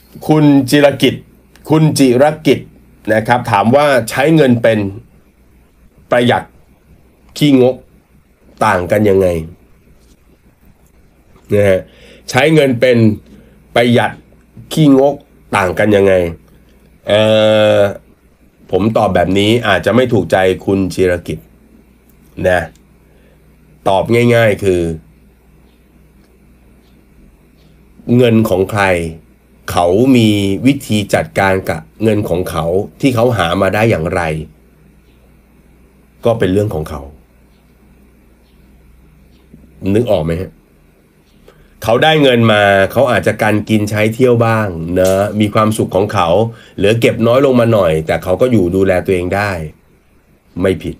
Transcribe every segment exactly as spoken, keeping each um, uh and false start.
คุณจิรกิจคุณจิรกิจนะครับถามว่าใช้เงินเป็นประหยัดขี้งกต่างกันยังไงนะฮะใช้เงินเป็นประหยัดขี้งกต่างกันยังไงเอ่อผมตอบแบบนี้อาจจะไม่ถูกใจคุณจิรกิจนะตอบง่ายๆคือเงินของใครเขามีวิธีจัดการกับเงินของเขาที่เขาหามาได้อย่างไรก็เป็นเรื่องของเขานึกออกไหมฮะเขาได้เงินมาเขาอาจจะการกินใช้เที่ยวบ้างนะมีความสุขของเขาเหลือเก็บน้อยลงมาหน่อยแต่เขาก็อยู่ดูแลตัวเองได้ไม่ผิด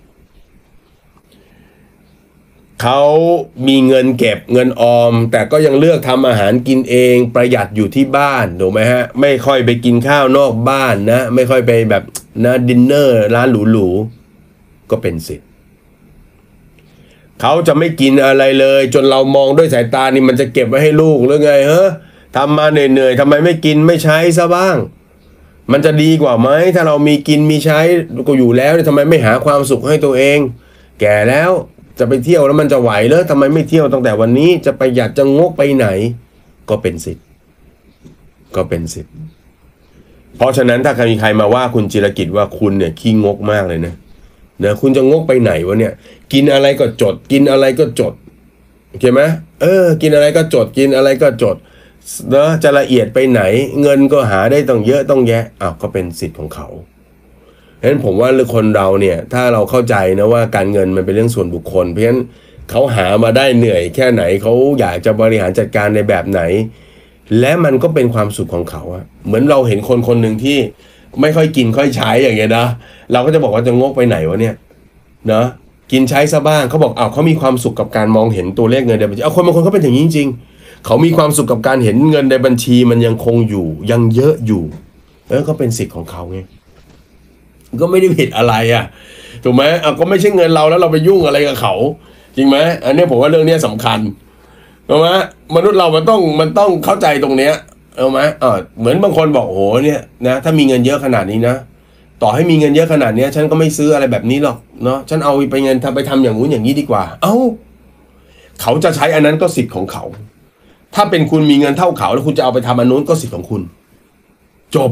เขามีเงินเก็บเงินออมแต่ก็ยังเลือกทำอาหารกินเองประหยัดอยู่ที่บ้านถูกไหมฮะไม่ค่อยไปกินข้าวนอกบ้านนะไม่ค่อยไปแบบนะดินเนอร์ร้านหรูๆก็เป็นสิทธิ์เขาจะไม่กินอะไรเลยจนเรามองด้วยสายตานี่มันจะเก็บไว้ให้ลูกหรือไงเฮ้อทำมาเหนื่อยๆทำไมไม่กินไม่ใช้ซะบ้างมันจะดีกว่าไหมถ้าเรามีกินมีใช้ก็อยู่แล้วทำไมไม่หาความสุขให้ตัวเองแก่แล้วจะไปเที่ยวแล้วมันจะไหวเหรอทำไมไม่เที่ยวตั้งแต่วันนี้จะประหยัดจะงกไปไหนก็เป็นสิทธิ์ก็เป็นสิทธิ์เพราะฉะนั้นถ้าใครมีใครมาว่าคุณจิรกิจว่าคุณเนี่ยขี้งกมากเลยนะเนอะคุณจะงกไปไหนวะเนี่ยกินอะไรก็จดกินอะไรก็จดโอเคไหมเออกินอะไรก็จดกินอะไรก็จดเนอะจะละเอียดไปไหนเงินก็หาได้ต้องเยอะต้องแยะอ้าวก็เป็นสิทธิ์ของเขาเพราะฉะนั้นผมว่าคนเราเนี่ยถ้าเราเข้าใจนะว่าการเงินมันเป็นเรื่องส่วนบุคคลเพราะฉะนั้นเขาหามาได้เหนื่อยแค่ไหนเขาอยากจะบริหารจัดการในแบบไหนและมันก็เป็นความสุขของเขาอะเหมือนเราเห็นคนคนหนึ่งที่ไม่ค่อยกินค่อยใช้อย่างเงี้ยนะเราก็จะบอกว่าจะงกไปไหนวะเนี่ยเนาะกินใช้ซะบ้างเขาบอกอ้าวเขามีความสุขกับการมองเห็นตัวเลขเงินในบัญชีเอาคนบางคนเขาเป็นอย่างนี้จริงๆเขามีความสุขกับการเห็นเงินในบัญชีมันยังคงอยู่ยังเยอะอยู่เออก็เป็นสิทธิ์ของเขาไงก็ไม่ได้ผิดอะไรอ่ะถูกไหมอ่ะก็ไม่ใช่เงินเราแล้วเราไปยุ่งอะไรกับเขาจริงไหมอันนี้ผมว่าเรื่องนี้สำคัญถูกไหมมนุษย์เรามันต้องมันต้องเข้าใจตรงเนี้ยเอาไหมอ่าเหมือนบางคนบอกโอ้โหเนี่ยนะถ้ามีเงินเยอะขนาดนี้นะต่อให้มีเงินเยอะขนาดนี้ฉันก็ไม่ซื้ออะไรแบบนี้หรอกเนาะฉันเอาไปเงินทำไปทำอย่างนู้นอย่างนี้ดีกว่าเอ้าเขาจะใช้อันนั้นก็สิทธิ์ของเขาถ้าเป็นคุณมีเงินเท่าเขาแล้วคุณจะเอาไปทำอันนู้นก็สิทธิ์ของคุณจบ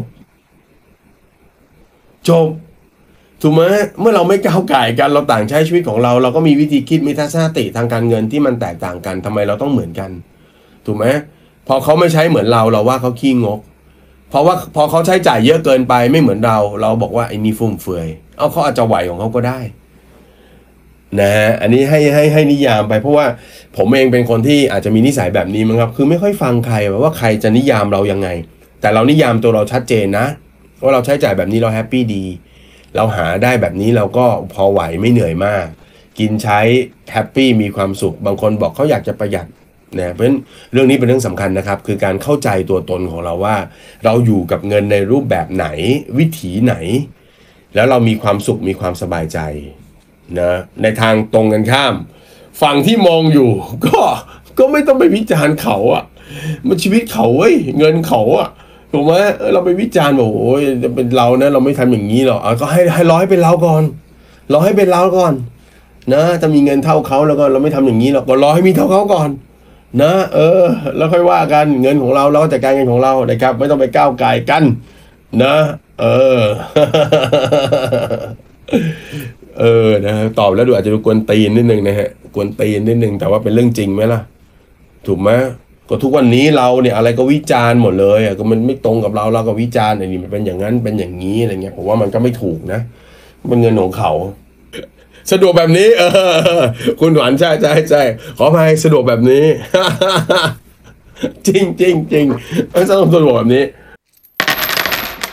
จบถูกไหมเมื่อเราไม่ก้าวก่ายกันเราต่างใช้ชีวิตของเราเราก็มีวิธีคิดมีทัศนคติทางการเงินที่มันแตกต่างกันทำไมเราต้องเหมือนกันถูกไหมพอเขาไม่ใช้เหมือนเราเราว่าเขาขี้งกเพราะว่าพอเขาใช้จ่ายเยอะเกินไปไม่เหมือนเราเราบอกว่าไอ้นี่ฟุ่มเฟือยเอาเขาอาจจะไหวของเขาก็ได้นะฮะอันนี้ให้ให้ให้นิยามไปเพราะว่าผมเองเป็นคนที่อาจจะมีนิสัยแบบนี้มั้งครับคือไม่ค่อยฟังใครว่าใครจะนิยามเรายังไงแต่เรานิยามตัวเราชัดเจนนะว่าเราใช้จ่ายแบบนี้เราแฮปปี้ดีเราหาได้แบบนี้เราก็พอไหวไม่เหนื่อยมากกินใช้แฮปปี้มีความสุขบางคนบอกเขาอยากจะประหยัดนะเพราะฉะนั้นเรื่องนี้เป็นเรื่องสำคัญนะครับคือการเข้าใจตัวตนของเราว่าเราอยู่กับเงินในรูปแบบไหนวิถีไหนแล้วเรามีความสุขมีความสบายใจนะในทางตรงกันข้ามฝั่งที่มองอยู่ก็ก็ไม่ต้องไปวิจารณ์เขาอะมันชีวิตเขาเว้ยเงินเขาอะถูกไหมเราไปวิจารณ์บอกโอ้ยจะเป็นเรานะเราไม่ทำอย่างนี้หรอกก็ให้ให้รอให้เป็นเราก่อนรอให้เป็นเราก่อนนะถ้ามีเงินเท่าเขาแล้วก็เราไม่ทำอย่างนี้หรอกก็รอให้มีเท่าเขาก่อนนะเออแล้วค่อยว่ากันเงินของเราเราก็จัดการเงินของเรานะครับไม่ต้องไปก้าวไก่กันนะเออ เออนะตอบแล้วดูอาจจะดูกวนตีนนิดนึงนะฮะกวนตีนนิดนึงแต่ว่าเป็นเรื่องจริงไหมล่ะถูกไหมก็ทุกวันนี้เราเนี่ยอะไรก็วิจารณ์หมดเลยอ่ะก็มันไม่ตรงกับเราเราก็วิจารณ์ไอ้นี่มันเป็นอย่างนั้นเป็นอย่างนี้อะไรเงี้ยผมว่ามันก็ไม่ถูกนะเป็นเงินของเขาสะดวกแบบนี้เออคุณหวานใช่ใช่ใช่ขออภัยสะดวกแบบนี้ จริงจริงจริงไม่ต้องสะดวกแบบนี้